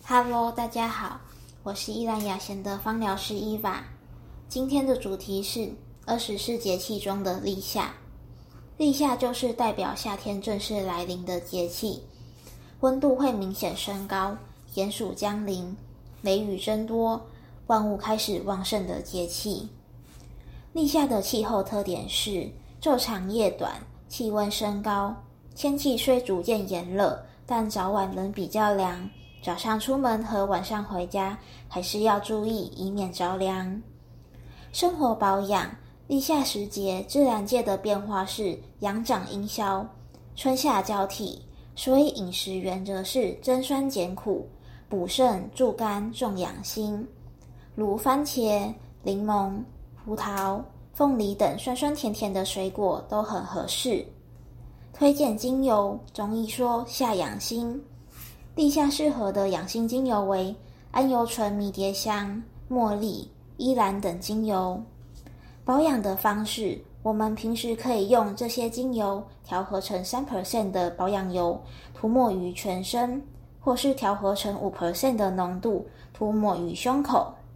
Hello， 大家好，我是依兰雅贤的芳疗师伊娃。今天的主题是24节气中的立夏。立夏就是代表夏天正式来临的节气，温度会明显升高，炎暑将临，雷雨增多，万物开始旺盛的节气。立夏的气候特点是昼长夜短，气温升高，天气虽逐渐炎热，但早晚仍比较凉。早上出门和晚上回家还是要注意，以免着凉。生活保养，立夏时节自然界的变化是阳长阴消，春夏交替，所以饮食原则是增酸减苦，补肾助肝重养心，如番茄、柠檬、葡萄、凤梨等酸酸甜甜的水果都很合适。推荐精油，中医说夏养心。立夏适合的养心精油为桉油醇迷迭香、茉莉、依兰等精油。保养的方式，我们平时可以用这些精油调和成 3% 的保养油，涂抹于全身，或是调和成 5% 的浓度，涂抹于胸口，